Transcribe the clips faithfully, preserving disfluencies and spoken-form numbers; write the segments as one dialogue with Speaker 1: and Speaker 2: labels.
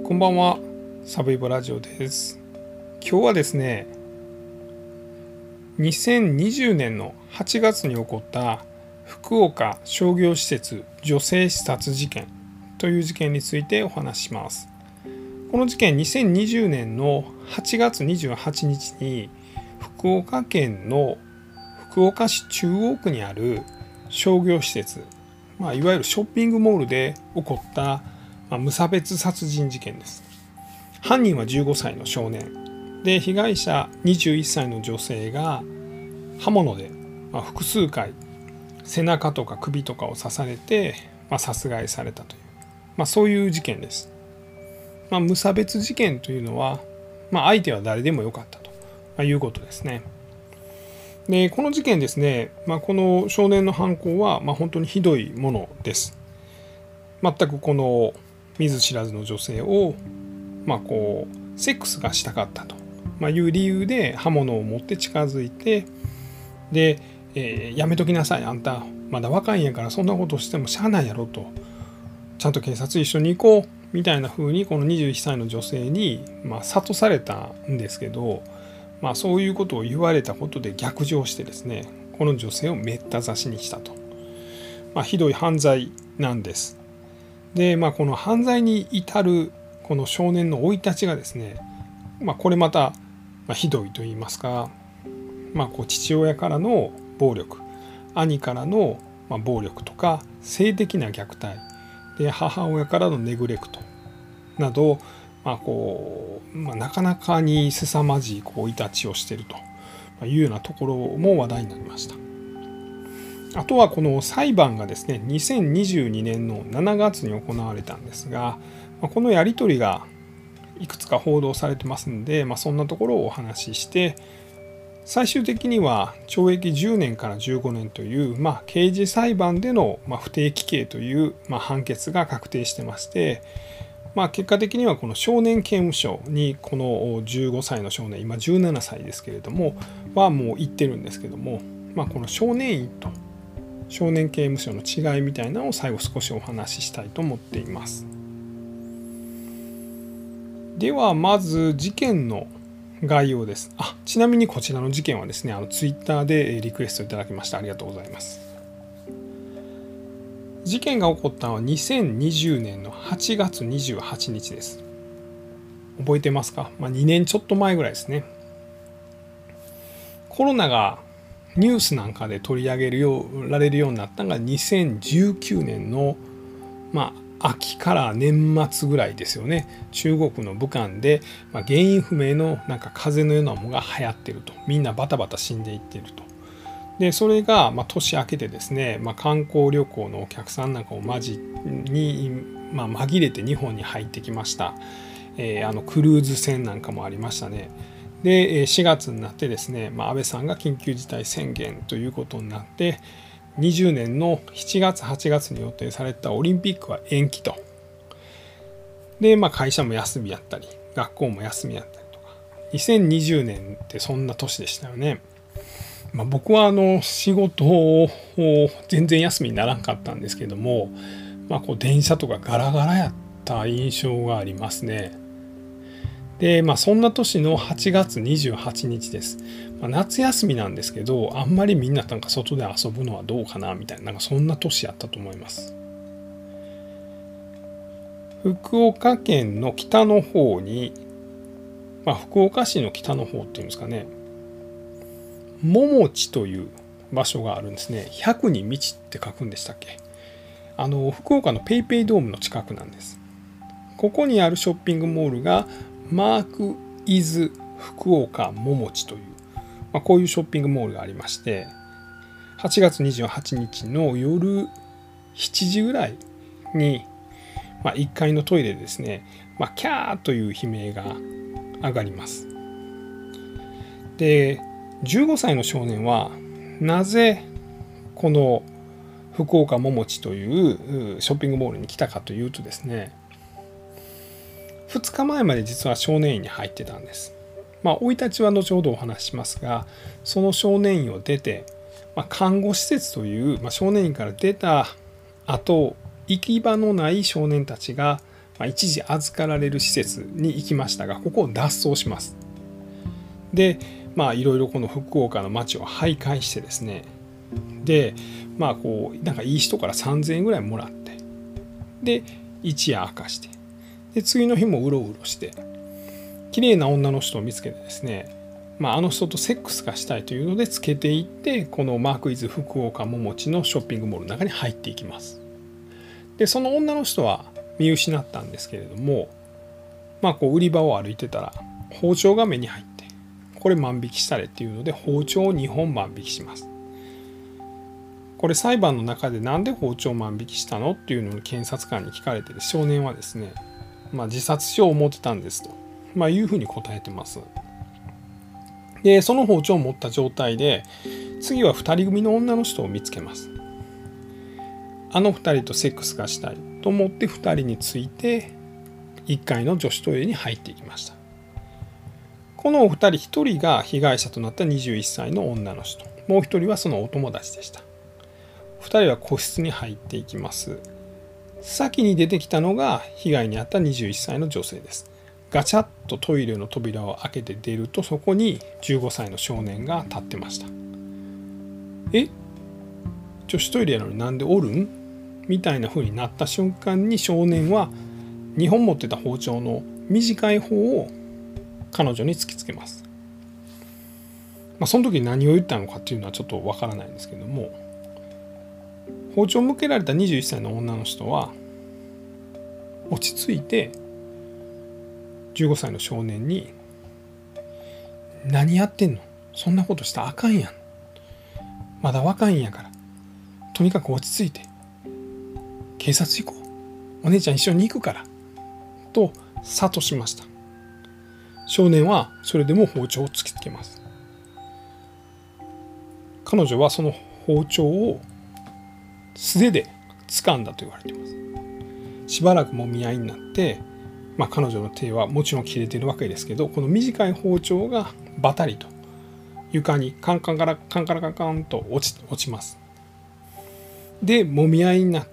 Speaker 1: こんばんは、サブイボラジオです。今日はですね、にせんにじゅうねんのはちがつに起こった福岡商業施設女性刺殺事件という事件についてお話しします。この事件、にせんにじゅうねんのはちがつにじゅうはちにちに福岡県の福岡市中央区にある商業施設、まあ、いわゆるショッピングモールで起こった、まあ、無差別殺人事件です。犯人はじゅうごさいの少年で、被害者にじゅういっさいの女性が刃物で、まあ、複数回背中とか首とかを刺されて、まあ、殺害されたという、まあ、そういう事件です。まあ、無差別事件というのは、まあ、相手は誰でもよかったということですね。で、この事件ですね、まあ、この少年の犯行は、まあ、本当にひどいものです。全くこの見ず知らずの女性を、まあ、こうセックスがしたかったという理由で刃物を持って近づいて、で、えー、やめときなさい、あんたまだ若いんやからそんなことしてもしゃあないやろと、ちゃんと警察一緒に行こうみたいな風にこのにじゅういっさいの女性に、まあ、諭されたんですけど、まあ、そういうことを言われたことで逆上してですね、この女性をめった刺しにしたと、まあ、ひどい犯罪なんです。で、まあ、この犯罪に至るこの少年の生い立ちがですね、まあ、これまたひどいと言いますか、まあ、こう父親からの暴力、兄からの暴力とか性的な虐待で、母親からのネグレクトなど、まあこうまあ、なかなかに凄まじいこう生い立ちをしているというようなところも話題になりました。あとはこの裁判がですね、にせんにじゅうにねんのしちがつに行われたんですが、このやり取りがいくつか報道されてますので、まあ、そんなところをお話しして、最終的にはちょうえきじゅうねんからじゅうごねんという、まあ、刑事裁判での不定期刑という、まあ、判決が確定してまして、まあ、結果的にはこの少年刑務所にこのじゅうごさいの少年、今じゅうななさいですけれどもはもう行ってるんですけども、まあ、この少年院と少年刑務所の違いみたいなのを最後少しお話ししたいと思っています。ではまず事件の概要です。あ、ちなみにこちらの事件はですね、あのツイッターでリクエストいただきました。ありがとうございます。事件が起こったのはにせんにじゅうねんのはちがつにじゅうはちにちです。覚えてますか？まあ、にねんちょっと前ぐらいですね。コロナがニュースなんかで取り上げるようられるようになったのがにせんじゅうきゅうねんのまあ秋から年末ぐらいですよね。中国の武漢で、まあ、原因不明のなんか風邪のようなものが流行ってると、みんなバタバタ死んでいってると。でそれがまあ年明けてですね、まあ、観光旅行のお客さんなんかをまじに、まあ、紛れて日本に入ってきました。えー、あのクルーズ船なんかもありましたね。でしがつになってですね、まあ、安倍さんが緊急事態宣言ということになって、にじゅうねんのしちがつはちがつに予定されたオリンピックは延期と。で、まあ、会社も休みやったり学校も休みやったりとか、にせんにじゅうねんってそんな年でしたよね。まあ、僕はあの仕事を全然休みにならんかったんですけども、まあ、こう電車とかガラガラやった印象がありますね。で、まあ、そんな年のはちがつにじゅうはちにちです。まあ、夏休みなんですけど、あんまりみんななんか外で遊ぶのはどうかなみたいな、なんかそんな年やったと思います。福岡県の北の方に、まあ、福岡市の北の方っていうんですかね、桃地という場所があるんですね。ひゃくに道って書くんでしたっけ。あの福岡のペイペイドームの近くなんです。ここにあるショッピングモールがマークイズ福岡桃地という、まあ、こういうショッピングモールがありまして、はちがつにじゅうはちにちの夜しちじぐらいに、まあ、いっかいのトイレでですね、まあ、キャーという悲鳴が上がります。でじゅうごさいの少年はなぜこの福岡桃地というショッピングモールに来たかというとですね、ふつかまえまで実は少年院に入ってたんです。まあ生い立ちは後ほどお話ししますが、その少年院を出て、まあ、看護施設という、まあ、少年院から出た後行き場のない少年たちがまあ、一時預かられる施設に行きましたが、ここを脱走します。でまあいろいろこの福岡の町を徘徊してですね、でまあこうなんかいい人からさんぜんえんぐらいもらって、で一夜明かして、で次の日もうろうろして綺麗な女の人を見つけてですね、まあ、あの人とセックスがしたいというのでつけていって、このマークイズ福岡ももちのショッピングモールの中に入っていきます。でその女の人は見失ったんですけれども、まあこう売り場を歩いてたら包丁が目に入って、これ万引きしたれっていうので包丁をにほん万引きします。これ裁判の中でなんで包丁万引きしたのっていうのを検察官に聞かれて、少年はですね、まあ、自殺しよう思ってたんですと、まあ、いうふうに答えてます。でその包丁を持った状態で次はふたり組の女の人を見つけます。あのふたりとセックスがしたいと思ってふたりについていっかいの女子トイレに入っていきました。このお二人、ひとりが被害者となったにじゅういっさいの女の人、もう一人はそのお友達でした。ふたりは個室に入っていきます。先に出てきたのが被害に遭ったにじゅういっさいの女性です。ガチャッとトイレの扉を開けて出ると、そこにじゅうごさいの少年が立ってました。え、女子トイレなのになんでおるんみたいな風になった瞬間に、少年はにほん持ってた包丁の短い方を彼女に突きつけます。まあ、その時に何を言ったのかっていうのはちょっとわからないんですけども、包丁を向けられたにじゅういっさいの女の人は落ち着いてじゅうごさいの少年に「何やってんの？そんなことしたらあかんやん。まだ若いんやから。とにかく落ち着いて。警察行こう。お姉ちゃん一緒に行くから」と諭しました。少年はそれでも包丁を突きつけます。彼女はその包丁を素手で掴んだと言われています。しばらくもみ合いになって、まあ、彼女の手はもちろん切れてるわけですけど、この短い包丁がバタリと床にカンカンカラカンカラカンカンと落ち、落ちます。でもみ合いになって、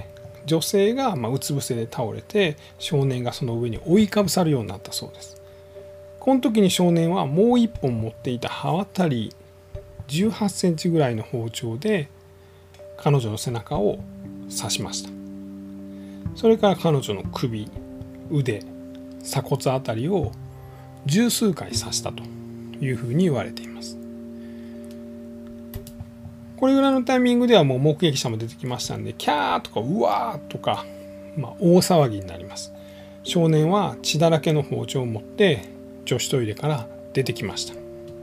Speaker 1: 女性がまあうつ伏せで倒れて、少年がその上に覆いかぶさるようになったそうです。この時に少年はもう一本持っていた刃渡りじゅうはちセンチぐらいの包丁で彼女の背中を刺しました。それから彼女の首、腕、鎖骨あたりを十数回刺したというふうに言われています。これぐらいのタイミングではもう目撃者も出てきましたんで、キャーとかうわーとか、まあ、大騒ぎになります。少年は血だらけの包丁を持って女子トイレから出てきました。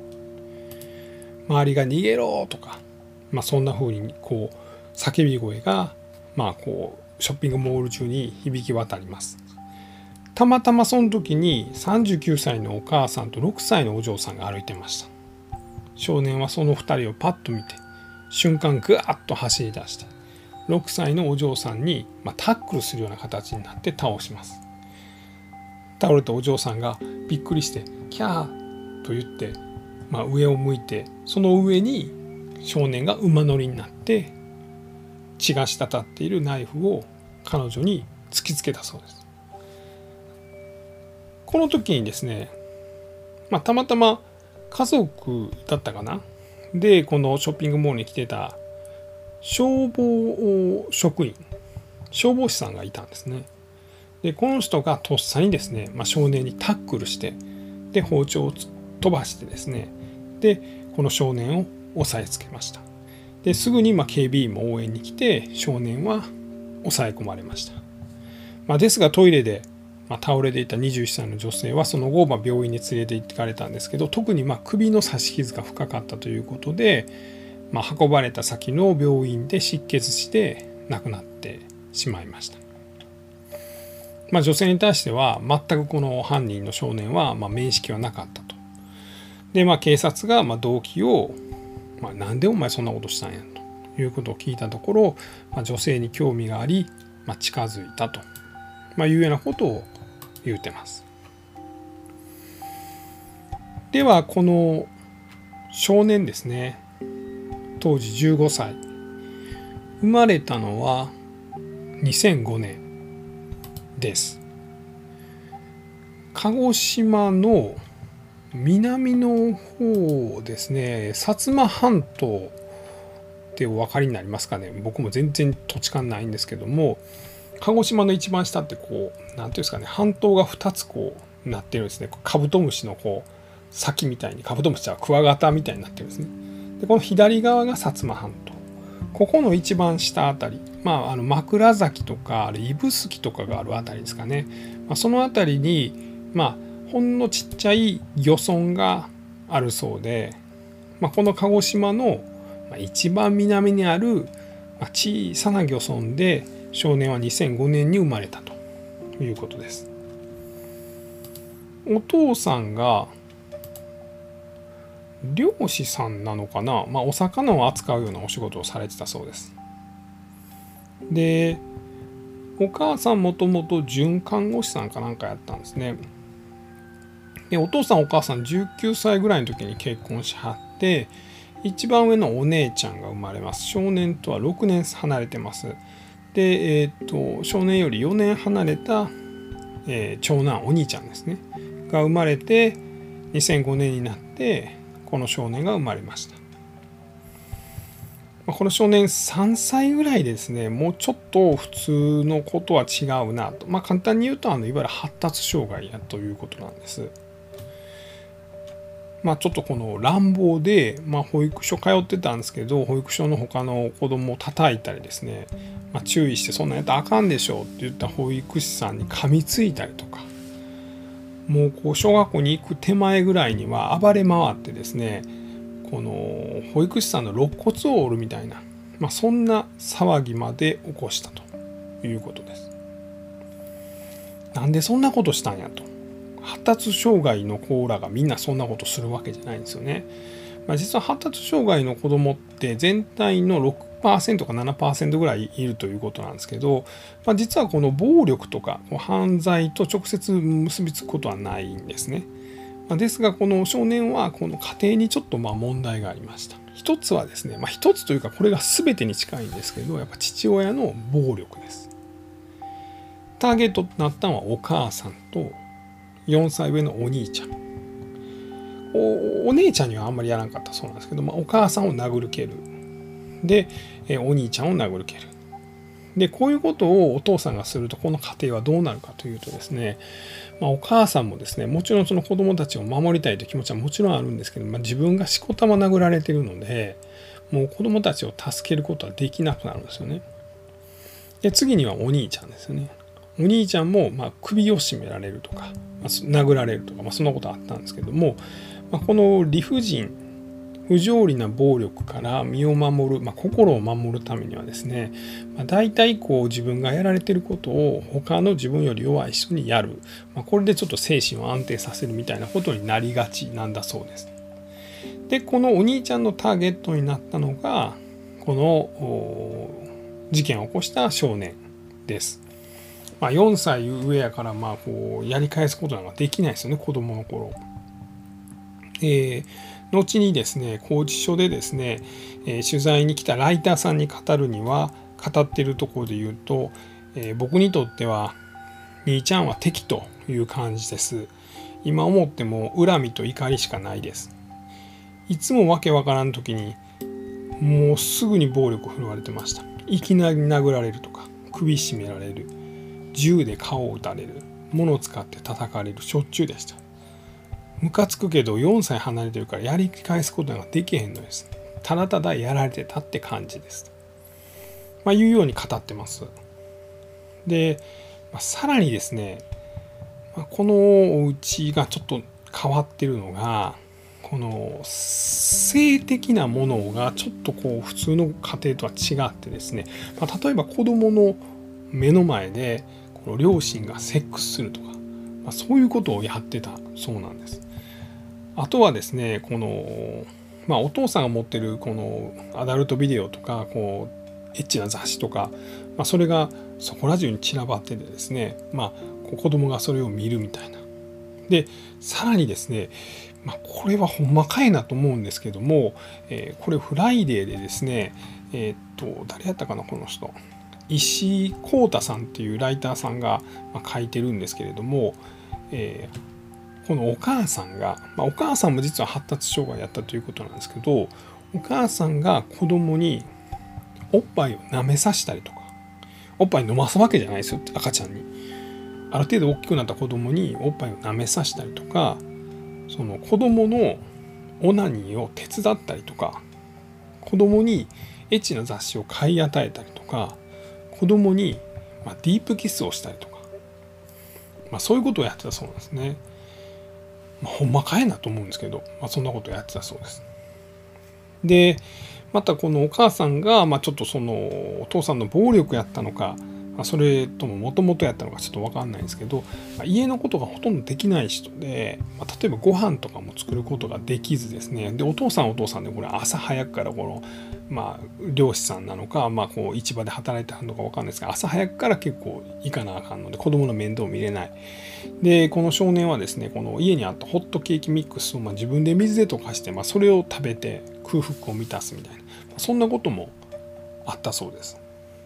Speaker 1: 周りが逃げろとか、まあ、そんな風にこう叫び声がまあこうショッピングモール中に響き渡ります。たまたまその時にさんじゅうきゅうさいのお母さんとろくさいのお嬢さんが歩いてました。少年はそのふたりをパッと見て、瞬間グワッと走り出して、ろくさいのお嬢さんに、まあ、タックルするような形になって倒します。倒れたお嬢さんがびっくりしてキャーと言って、まあ、上を向いて、その上に少年が馬乗りになって血が滴っているナイフを彼女に突きつけたそうです。この時にですね、まあ、たまたま家族だったかなで、このショッピングモールに来てた消防職員、消防士さんがいたんですね。でこの人がとっさにですね、まあ、少年にタックルして、で包丁を飛ばしてですね、でこの少年を押さえつけました。ですぐにまあ警備員も応援に来て、少年は抑え込まれました。まあ、ですがトイレでまあ倒れていたにじゅういっさいの女性はその後まあ病院に連れて行かれたんですけど、特にまあ首の刺し傷が深かったということで、まあ、運ばれた先の病院で失血して亡くなってしまいました。まあ、女性に対しては全くこの犯人の少年はまあ面識はなかったと。でまあ警察がまあ動機を、まあ、なんでお前そんなことしたんやということを聞いたところ、まあ、女性に興味があり、まあ、近づいたと、まあ、いうようなことを言うてます。ではこの少年ですね、当時じゅうごさい、生まれたのはにせんごねんです。 鹿児島の南の方ですね、薩摩半島ってお分かりになりますかね。僕も全然土地勘ないんですけども、鹿児島の一番下ってこう何ていうんですかね、半島がふたつこうなってるんですね。カブトムシのこう先みたいに、カブトムシはクワガタみたいになってるんですね。でこの左側が薩摩半島、ここの一番下あたり、まあ、あの枕崎とか指宿とかがあるあたりですかね、まあ、そのあたりに、まあ、ほんのちっちゃい漁村があるそうで、まあ、この鹿児島の一番南にある小さな漁村で少年はにせんごねんに生まれたということです。お父さんが漁師さんなのかな、まあ、お魚を扱うようなお仕事をされてたそうです。でお母さんもともと准看護師さんかなんかやったんですね。でお父さんお母さんじゅうきゅうさいぐらいの時に結婚しはって、一番上のお姉ちゃんが生まれます。少年とはろくねん離れてます。で、えー、と少年よりよねん離れた、えー、長男お兄ちゃんですねが生まれて、にせんごねんになってこの少年が生まれました。この少年さんさいぐらいでですね、もうちょっと普通の子とは違うなと、まあ、簡単に言うとあのいわゆる発達障害やということなんです。まあ、ちょっとこの乱暴で、まあ、保育所通ってたんですけど、保育所の他の子供を叩いたりですね、まあ、注意してそんなんやったらあかんでしょうって言った保育士さんに噛みついたりとか、もうこう小学校に行く手前ぐらいには暴れ回ってですね、この保育士さんの肋骨を折るみたいな、まあ、そんな騒ぎまで起こしたということです。なんでそんなことしたんやと。発達障害の子らがみんなそんなことするわけじゃないんですよね。まあ、実は発達障害の子どもって全体の ろくパーセント か ななパーセント ぐらいいるということなんですけど、まあ、実はこの暴力とか犯罪と直接結びつくことはないんですね。まあ、ですがこの少年はこの家庭にちょっとまあ問題がありました。一つはですね、まあ、一つというかこれが全てに近いんですけど、やっぱ父親の暴力です。ターゲットとなったのはお母さんとよんさい上のお兄ちゃん。 お, お姉ちゃんにはあんまりやらなかったそうなんですけど、まあ、お母さんを殴る蹴るで、えお兄ちゃんを殴る蹴るで、こういうことをお父さんがするとこの家庭はどうなるかというとですね、まあ、お母さんもですね、もちろんその子供たちを守りたいという気持ちはもちろんあるんですけど、まあ、自分がしこたま殴られているので、もう子供たちを助けることはできなくなるんですよね。で次にはお兄ちゃんですよね。お兄ちゃんもまあ首を絞められるとか、まあ、殴られるとか、まあ、そんなことあったんですけども、まあ、この理不尽不条理な暴力から身を守る、まあ、心を守るためにはですね、まあ、大体こう自分がやられていることを他の自分より弱い人にやる、まあ、これでちょっと精神を安定させるみたいなことになりがちなんだそうです。でこのお兄ちゃんのターゲットになったのがこの事件を起こした少年です。まあ、よんさい上やからまあこうやり返すことなんかできないですよね、子供の頃。えー、後にですね拘置所でですね、えー、取材に来たライターさんに語るには語っているところで言うと、えー、僕にとっては兄ちゃんは敵という感じです。今思っても恨みと怒りしかないです。いつもわけわからん時にもうすぐに暴力を振るわれてました。いきなり殴られるとか首絞められる、銃で顔を撃たれる、物を使って叩かれる、しょっちゅうでした。ムカつくけどよんさい離れてるからやり返すことができへんのです。ただただやられてたって感じです。まあいうように語ってます。で、まあ、さらにですね、まあ、このお家がちょっと変わってるのが、この性的なものがちょっとこう普通の家庭とは違ってですね、まあ、例えば子供の目の前でこの両親がセックスするとか、まあ、そういうことをやってたそうなんです。あとはですね、この、まあ、お父さんが持ってるこのアダルトビデオとかこうエッチな雑誌とか、まあ、それがそこら中に散らばっててですね、まあ、子供がそれを見るみたいな。でさらにですね、まあ、これはほんまかいなと思うんですけども、えー、これフライデーでですね、えー、っと誰やったかなこの人、石井浩太さんっていうライターさんが書いてるんですけれども、 えー、このお母さんが、まあ、お母さんも実は発達障害やったということなんですけど、お母さんが子供におっぱいを舐めさせたりとか、おっぱい飲ますわけじゃないですよ、赤ちゃんに。ある程度大きくなった子供におっぱいを舐めさせたりとか、その子供のオナニーを手伝ったりとか、子供にエッチな雑誌を買い与えたりとか、子供にまあディープキスをしたりとか、まあ、そういうことをやってたそうなんですね。まあ、ほんまかいなと思うんですけど、まあ、そんなことをやってたそうです。でまたこのお母さんが、まあ、ちょっとそのお父さんの暴力やったのか、まあ、それとももともとやったのかちょっと分かんないんですけど、まあ、家のことがほとんどできない人で、まあ、例えばご飯とかも作ることができずですね、でお父さんお父さんでこれ朝早くからこの、まあ、漁師さんなのか、まあ、こう市場で働いてはるのか分かんないですが、朝早くから結構行かなあかんので子供の面倒を見れない。でこの少年はですね、この家にあったホットケーキミックスをまあ自分で水で溶かして、まあ、それを食べて空腹を満たすみたいな、そんなこともあったそうです。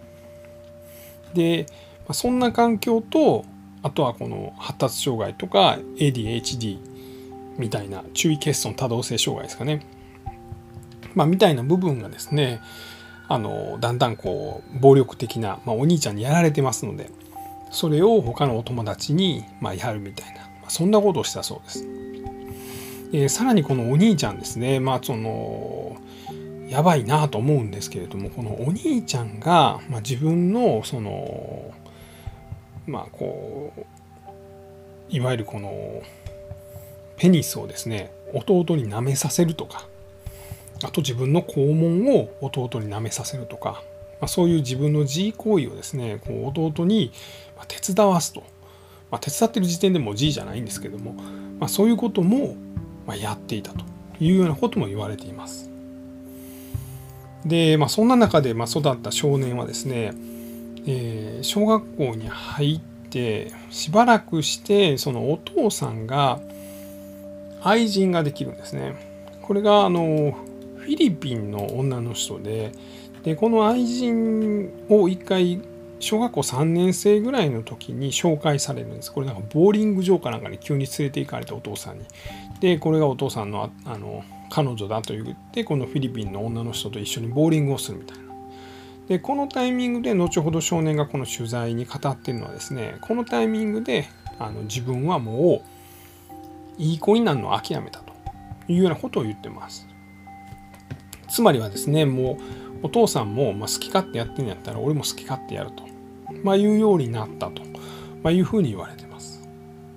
Speaker 1: でそんな環境と、あとはこの発達障害とか エーディーエイチディー みたいな注意欠損多動性障害ですかね、まあ、みたいな部分がですね、あのだんだんこう暴力的な、まあ、お兄ちゃんにやられてますので、それを他のお友達にまあやるみたいな、まあ、そんなことをしたそうです。えー、さらにこのお兄ちゃんですね、まあそのやばいなと思うんですけれども、このお兄ちゃんが、まあ、自分のそのまあこういわゆるこのペニスをですね弟に舐めさせるとか、あと自分の肛門を弟に舐めさせるとか、まあ、そういう自分の自慰行為をですねこう弟に手伝わすと、まあ、手伝ってる時点でもう G じゃないんですけども、まあ、そういうこともやっていたというようなことも言われています。で、まあ、そんな中でまあ育った少年はですね、えー、小学校に入ってしばらくしてそのお父さんが愛人ができるんですね。これがあのフィリピンの女の人で、でこの愛人を一回小学校さんねん生ぐらいの時に紹介されるんです。これなんかボーリング場かなんかに急に連れて行かれたお父さんに。でこれがお父さんのあの彼女だと言ってこのフィリピンの女の人と一緒にボーリングをするみたいな。でこのタイミングで後ほど少年がこの取材に語っているのはですね、このタイミングであの自分はもういい子になるのを諦めたというようなことを言ってます。つまりはですね、もうお父さんもまあ好き勝手やってんやったら俺も好き勝手やると、まあ、いうようになったと、まあ、いうふうに言われています。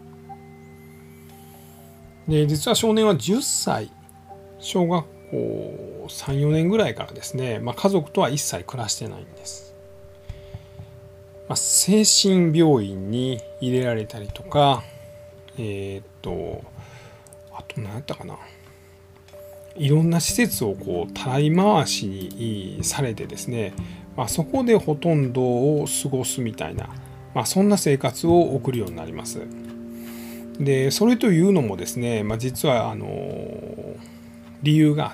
Speaker 1: で実は少年はじゅっさい、小学校さん、よねんぐらいからですね、まあ、家族とは一切暮らしてないんです。まあ、精神病院に入れられたりとか、えー、っとあと何やったかな、いろんな施設をこうたらい回しにされてですね、まあ、そこでほとんどを過ごすみたいな、まあ、そんな生活を送るようになります。でそれというのもですね、まあ、実はあの理由があって、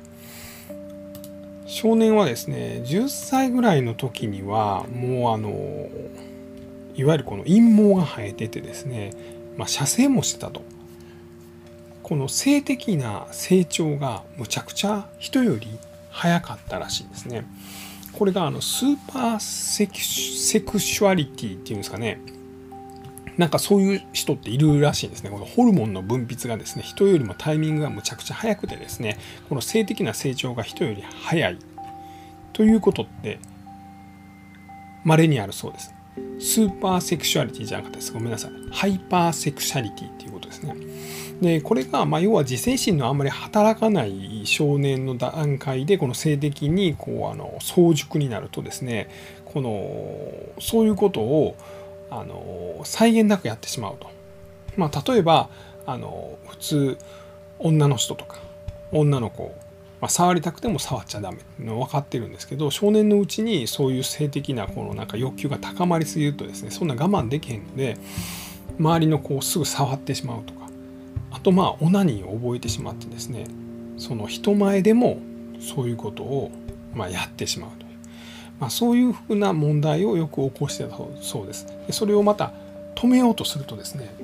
Speaker 1: 少年はですねじゅっさいぐらいの時にはもうあのいわゆるこの陰毛が生えててですね、まあ、射精もしてたと。この性的な成長がむちゃくちゃ人より早かったらしいですね。これがあのスーパーセクセクシュアリティっていうんですかね、なんかそういう人っているらしいんですね。このホルモンの分泌がですね人よりもタイミングがむちゃくちゃ早くてですね、この性的な成長が人より早いということって稀にあるそうです。スーパーセクシュアリティじゃなかったです。ごめんなさい。ハイパーセクシャリティっていうことですね。でこれがまあ要は自制心のあんまり働かない少年の段階でこの性的にこうあの早熟になるとですね、このそういうことをあの際限なくやってしまうと。まあ、例えばあの普通女の人とか女の子、まあ、触りたくても触っちゃダメの分かってるんですけど、少年のうちにそういう性的なこのなんか欲求が高まりすぎるとですね、そんな我慢できへんので周りの子をすぐ触ってしまうとか、あとまあオナニーを覚えてしまってですね、その人前でもそういうことをまあやってしまうという、まあ、そういうふうな問題をよく起こしてたそうです。でそれをまた止めようとするとですね、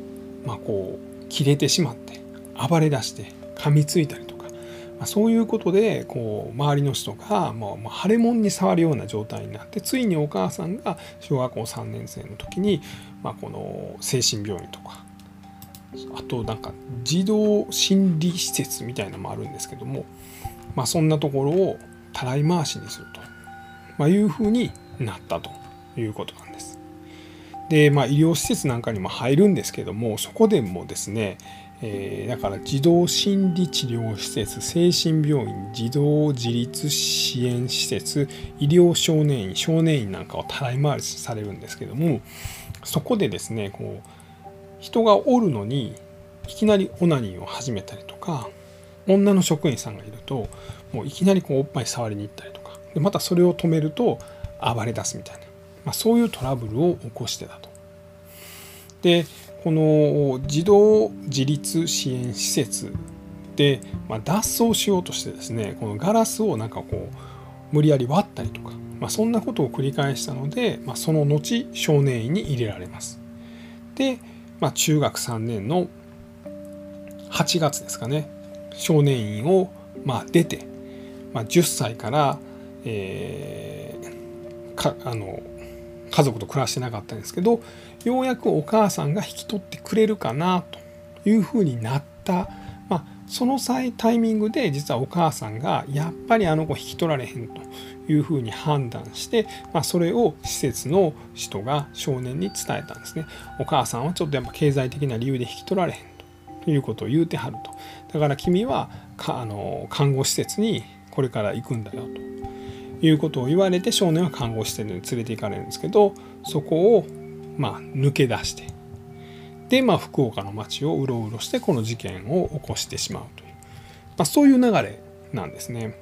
Speaker 1: まあ、こう切れてしまって暴れ出して噛みついたりとか、まあ、そういうことでこう周りの人がもう腫れ物に触るような状態になって、ついにお母さんが小学校さんねん生の時に、まあ、この精神病院とか、あとなんか児童心理施設みたいなのもあるんですけども、まあ、そんなところをたらい回しにすると、まあ、いうふうになったということなんです。で、まあ、医療施設なんかにも入るんですけども、そこでもですね、えー、だから児童心理治療施設、精神病院、児童自立支援施設、医療少年院、少年院なんかをたらい回しされるんですけども、そこでですね、こう人がおるのにいきなりオナニーを始めたりとか、女の職員さんがいるともういきなりこうおっぱい触りに行ったりとかで、またそれを止めると暴れ出すみたいな、まあ、そういうトラブルを起こしてたと。でこの児童自立支援施設で、まあ、脱走しようとしてですね、このガラスをなんかこう無理やり割ったりとか、まあ、そんなことを繰り返したので、まあ、その後少年院に入れられます。で、まあ、中学さんねんのはちがつですかね、少年院をまあ出て、まあ、じゅっさいから、えー、かあの家族と暮らしてなかったんですけど、ようやくお母さんが引き取ってくれるかなというふうになった、まあ、その際タイミングで実はお母さんがやっぱりあの子引き取られへんというふうに判断して、まあ、それを施設の人が少年に伝えたんですね。お母さんはちょっとやっぱ経済的な理由で引き取られへんということを言うてはると。だから君はかあの看護施設にこれから行くんだよということを言われて、少年は看護施設に連れて行かれるんですけど、そこをまあ抜け出して、で、まあ、福岡の街をうろうろしてこの事件を起こしてしまうという、まあ、そういう流れなんですね。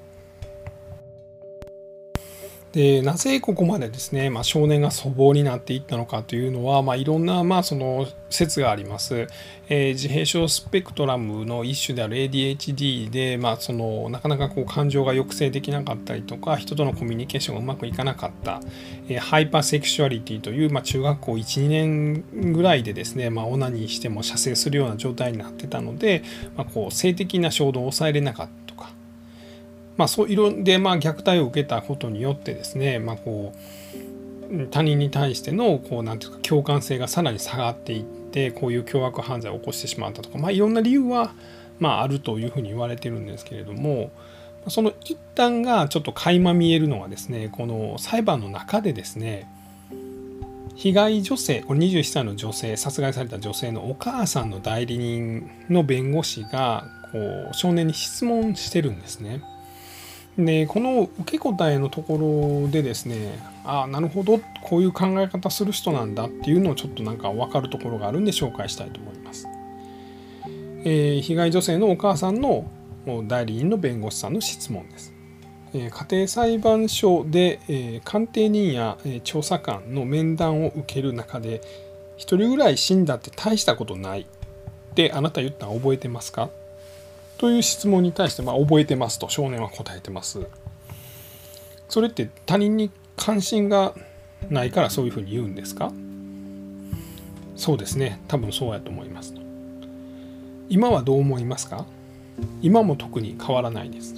Speaker 1: でなぜここまでですね、まあ、少年が粗暴になっていったのかというのは、まあ、いろんな、まあ、その説があります。えー、自閉症スペクトラムの一種である エーディーエイチディー で、まあ、そのなかなかこう感情が抑制できなかったりとか、人とのコミュニケーションがうまくいかなかった、えー、ハイパーセクシュアリティという、まあ、中学校いち、にねんぐらいでですね、まあ、オナニーしても射精するような状態になってたので、まあ、こう性的な衝動を抑えれなかった。まあ、そういろで、まあ、虐待を受けたことによってですね、まあ、こう他人に対してのこうなんていうか共感性がさらに下がっていって、こういう凶悪犯罪を起こしてしまったとか、まあ、いろんな理由は、まあ、あるというふうに言われてるんですけれども、その一端がちょっと垣間見えるのはですね、この裁判の中でですね、被害女性、これにじゅういっさいの女性、殺害された女性のお母さんの代理人の弁護士がこう少年に質問してるんですね。でこの受け答えのところでですね、ああなるほど、こういう考え方する人なんだっていうのをちょっとなんか分かるところがあるんで紹介したいと思います。えー、被害女性のお母さんの代理人の弁護士さんの質問です。えー、家庭裁判所で、えー、鑑定人や、えー、調査官の面談を受ける中で、一人ぐらい死んだって大したことないってあなた言ったの覚えてますかという質問に対して、まあ、覚えてますと少年は答えてます。それって他人に関心がないからそういうふうに言うんですか？そうですね、多分そうやと思いますと。今はどう思いますか？今も特に変わらないですと。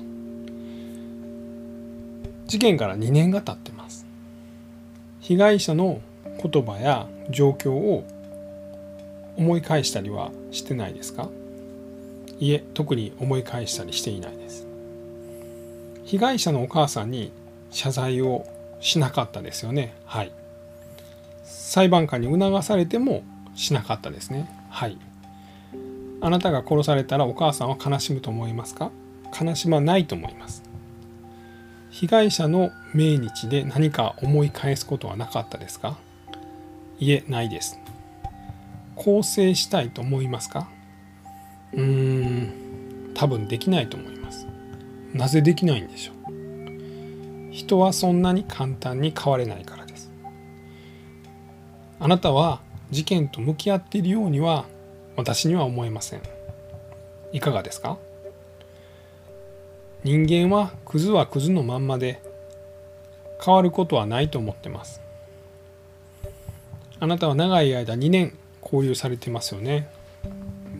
Speaker 1: 事件からにねんが経ってます。被害者の言葉や状況を思い返したりはしてないですか？いえ、特に思い返したりしていないです。被害者のお母さんに謝罪をしなかったですよね。はい。裁判官に促されてもしなかったですね。はい。あなたが殺されたらお母さんは悲しむと思いますか？悲しまないと思います。被害者の命日で何か思い返すことはなかったですか？いえ、ないです。更生したいと思いますか？うーん、多分できないと思います。なぜできないんでしょう。人はそんなに簡単に変われないからです。あなたは事件と向き合っているようには私には思えません。いかがですか？人間はクズはクズのまんまで変わることはないと思ってます。あなたは長い間にねん交流されてますよね。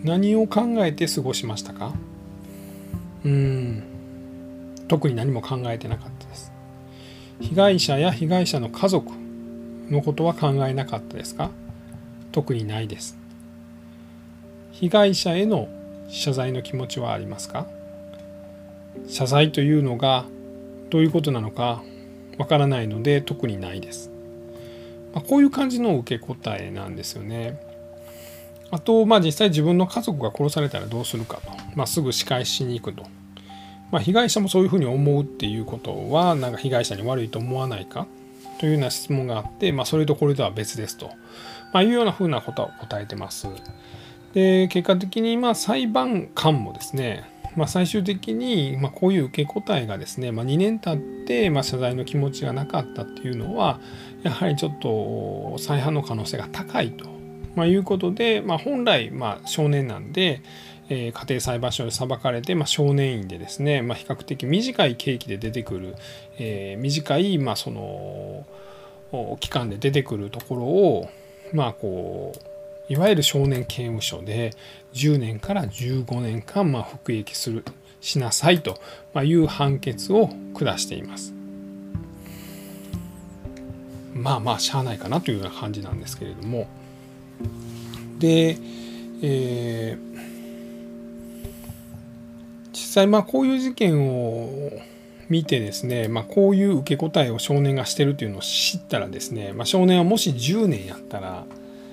Speaker 1: 何を考えて過ごしましたか？うーん特に何も考えてなかったです。被害者や被害者の家族のことは考えなかったですか？特にないです。被害者への謝罪の気持ちはありますか？謝罪というのがどういうことなのかわからないので特にないです。まあ、こういう感じの受け答えなんですよね。あと、まあ、実際自分の家族が殺されたらどうするかと、まあ、すぐ仕返しに行くと、まあ、被害者もそういうふうに思うっていうことはなんか被害者に悪いと思わないかというような質問があって、まあ、それとこれとは別ですと、まあ、いうようなふうなことを答えてます。で結果的にまあ裁判官もですね、まあ、最終的にまあこういう受け答えがですね、まあ、にねん経ってまあ謝罪の気持ちがなかったっていうのはやはりちょっと再犯の可能性が高いと、まあ、いうことで、まあ、本来まあ少年なんで、えー、家庭裁判所で裁かれて、まあ、少年院でですね、まあ、比較的短い刑期で出てくる、えー、短いまあその期間で出てくるところをまあこういわゆる少年刑務所でじゅうねんからじゅうごねんかんまあ服役するしなさいという判決を下しています。まあまあしゃあないかなというような感じなんですけれども、で、えー、実際まあこういう事件を見てですね、まあ、こういう受け答えを少年がしてるというのを知ったらですね、まあ、少年はもしじゅうねんやったら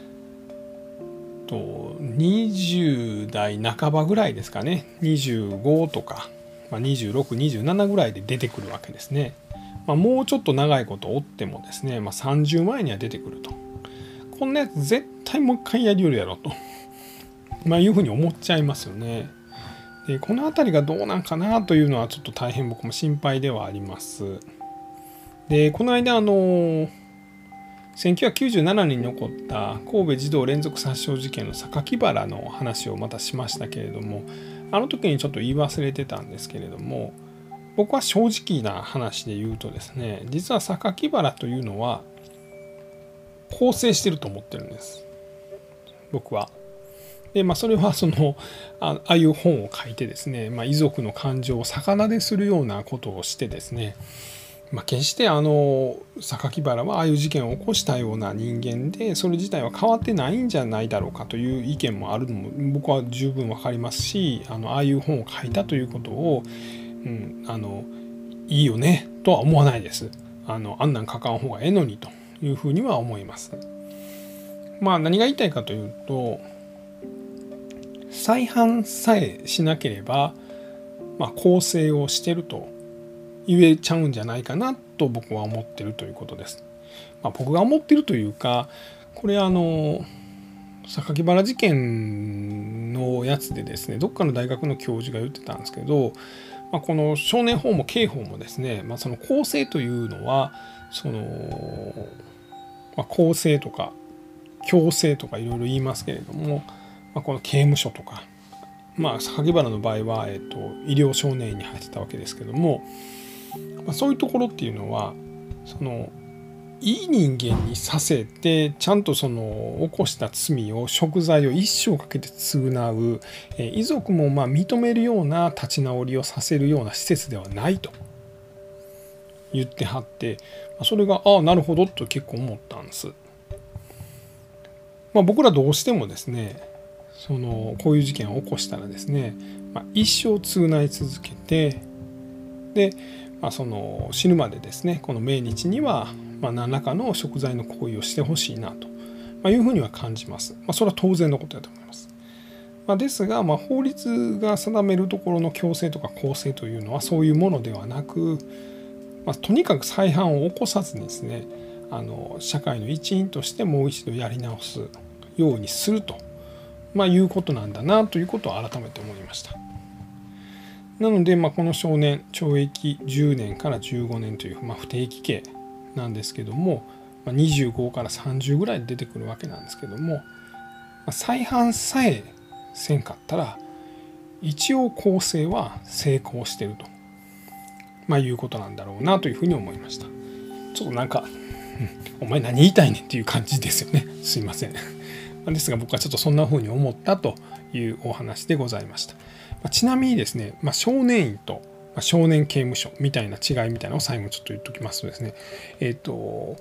Speaker 1: にじゅう代半ばぐらいですかね、にじゅうごとか、まあ、にじゅうろく、にじゅうななぐらいで出てくるわけですね。まあ、もうちょっと長いこと追ってもですね、まあ、さんじゅうまえには出てくると。こんなやつ絶対もう一回やりよるやろと、まあ、いうふうに思っちゃいますよね。でこの辺りがどうなんかなというのはちょっと大変僕も心配ではあります。でこの間あのせんきゅうひゃくきゅうじゅうななねんに起こった神戸児童連続殺傷事件の榊原の話をまたしましたけれども、あの時にちょっと言い忘れてたんですけれども、僕は正直な話で言うとですね、実は榊原というのは更生してると思ってるんです、僕は。でまあそれはそのああいう本を書いてですね、まあ、遺族の感情を逆なでするようなことをしてですね、まあ、決してあの榊原はああいう事件を起こしたような人間でそれ自体は変わってないんじゃないだろうかという意見もあるのも僕は十分わかりますし、あのああいう本を書いたということを、うん、あのいいよねとは思わないです。あのあんなん書かん方がええのにというふうには思います。まあ何が言いたいかというと、再犯さえしなければ、まあ、更生をしてると言えちゃうんじゃないかなと僕は思ってるということです。まあ、僕が思ってるというか、これあの榊原事件のやつでですね、どっかの大学の教授が言ってたんですけど、まあ、この少年法も刑法もですね、まあ、その更生というのはその、まあ、更生とか強制とかいろいろ言いますけれども、まあ、この刑務所とか、まあ榊原の場合は、えっと、医療少年院に入ってたわけですけども、まあ、そういうところっていうのはそのいい人間にさせてちゃんとその起こした罪を贖罪を一生かけて償う、え遺族もまあ認めるような立ち直りをさせるような施設ではないと言ってはって、それがああなるほどと結構思ったんです。まあ、僕らどうしてもですねそのこういう事件を起こしたらですね、まあ、一生償い続けてで、まあ、その死ぬまでですねこの命日にはまあ何らかの贖罪の行為をしてほしいなと、まあ、いうふうには感じます。まあ、それは当然のことだと思います。まあ、ですが、まあ、法律が定めるところの強制とか更生というのはそういうものではなく、まあ、とにかく再犯を起こさずにですねあの社会の一員としてもう一度やり直すようにすると、まあ、いうことなんだなということを改めて思いました。なので、まあ、この少年懲役じゅうねんからじゅうごねんという、まあ、不定期刑なんですけども、まあ、にじゅうごからさんじゅうぐらいで出てくるわけなんですけども、まあ、再犯さえせんかったら一応更生は成功してると、まあ、いうことなんだろうなというふうに思いました。ちょっとなんかお前何言いたいねんっていう感じですよね。すいません。ですが僕はちょっとそんな風に思ったというお話でございました。まあ、ちなみにですね、まあ、少年院と少年刑務所みたいな違いみたいなのを最後にちょっと言っておきますとですね、えっと、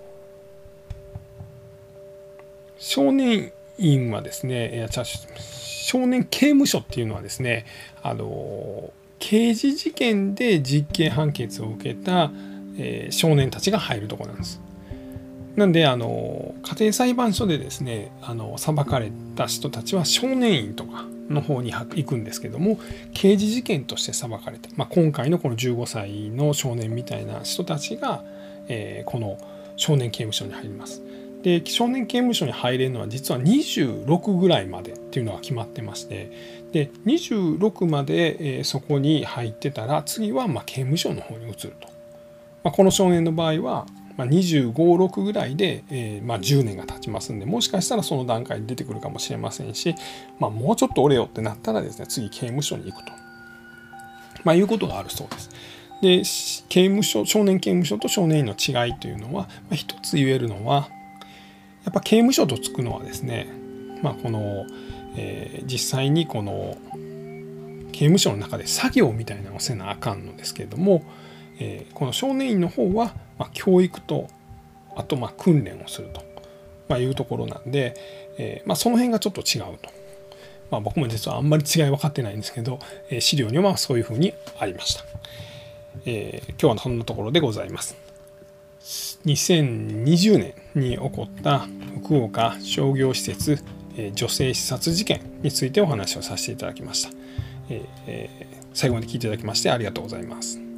Speaker 1: 少年院はですね、いや、少年刑務所っていうのはですね、あの、刑事事件で実刑判決を受けた、えー、少年たちが入るところなんです。なんで、あの、家庭裁判所でですね、あの、裁かれた人たちは少年院とかの方に行くんですけども、刑事事件として裁かれた、まあ、今回のこのじゅうごさいの少年みたいな人たちが、えー、この少年刑務所に入ります。で、少年刑務所に入れるのは実はにじゅうろくぐらいまでっていうのが決まってまして、でにじゅうろくまで、えー、そこに入ってたら次はまあ刑務所の方に移ると。まあ、この少年の場合はまあにじゅうご、ろくぐらいで、えーまあ、じゅうねんが経ちますんで、もしかしたらその段階に出てくるかもしれませんし、まあ、もうちょっとおれよってなったらですね、次刑務所に行くと、まあ、いうことがあるそうです。で、刑務所、少年刑務所と少年院の違いというのは、まあ、一つ言えるのは、やっぱ刑務所とつくのはですね、まあ、この、えー、実際にこの刑務所の中で作業みたいなのをせなあかんのですけれども、えー、この少年院の方は、まあ、教育とあとまあ訓練をすると、まあ、いうところなんで、えーまあ、その辺がちょっと違うと、まあ、僕も実はあんまり違い分かってないんですけど、えー、資料にはそういうふうにありました。えー、今日はそんなところでございます。にせんにじゅうねんに起こった福岡商業施設女性刺殺事件についてお話をさせていただきました。えー、最後まで聞いていただきましてありがとうございます。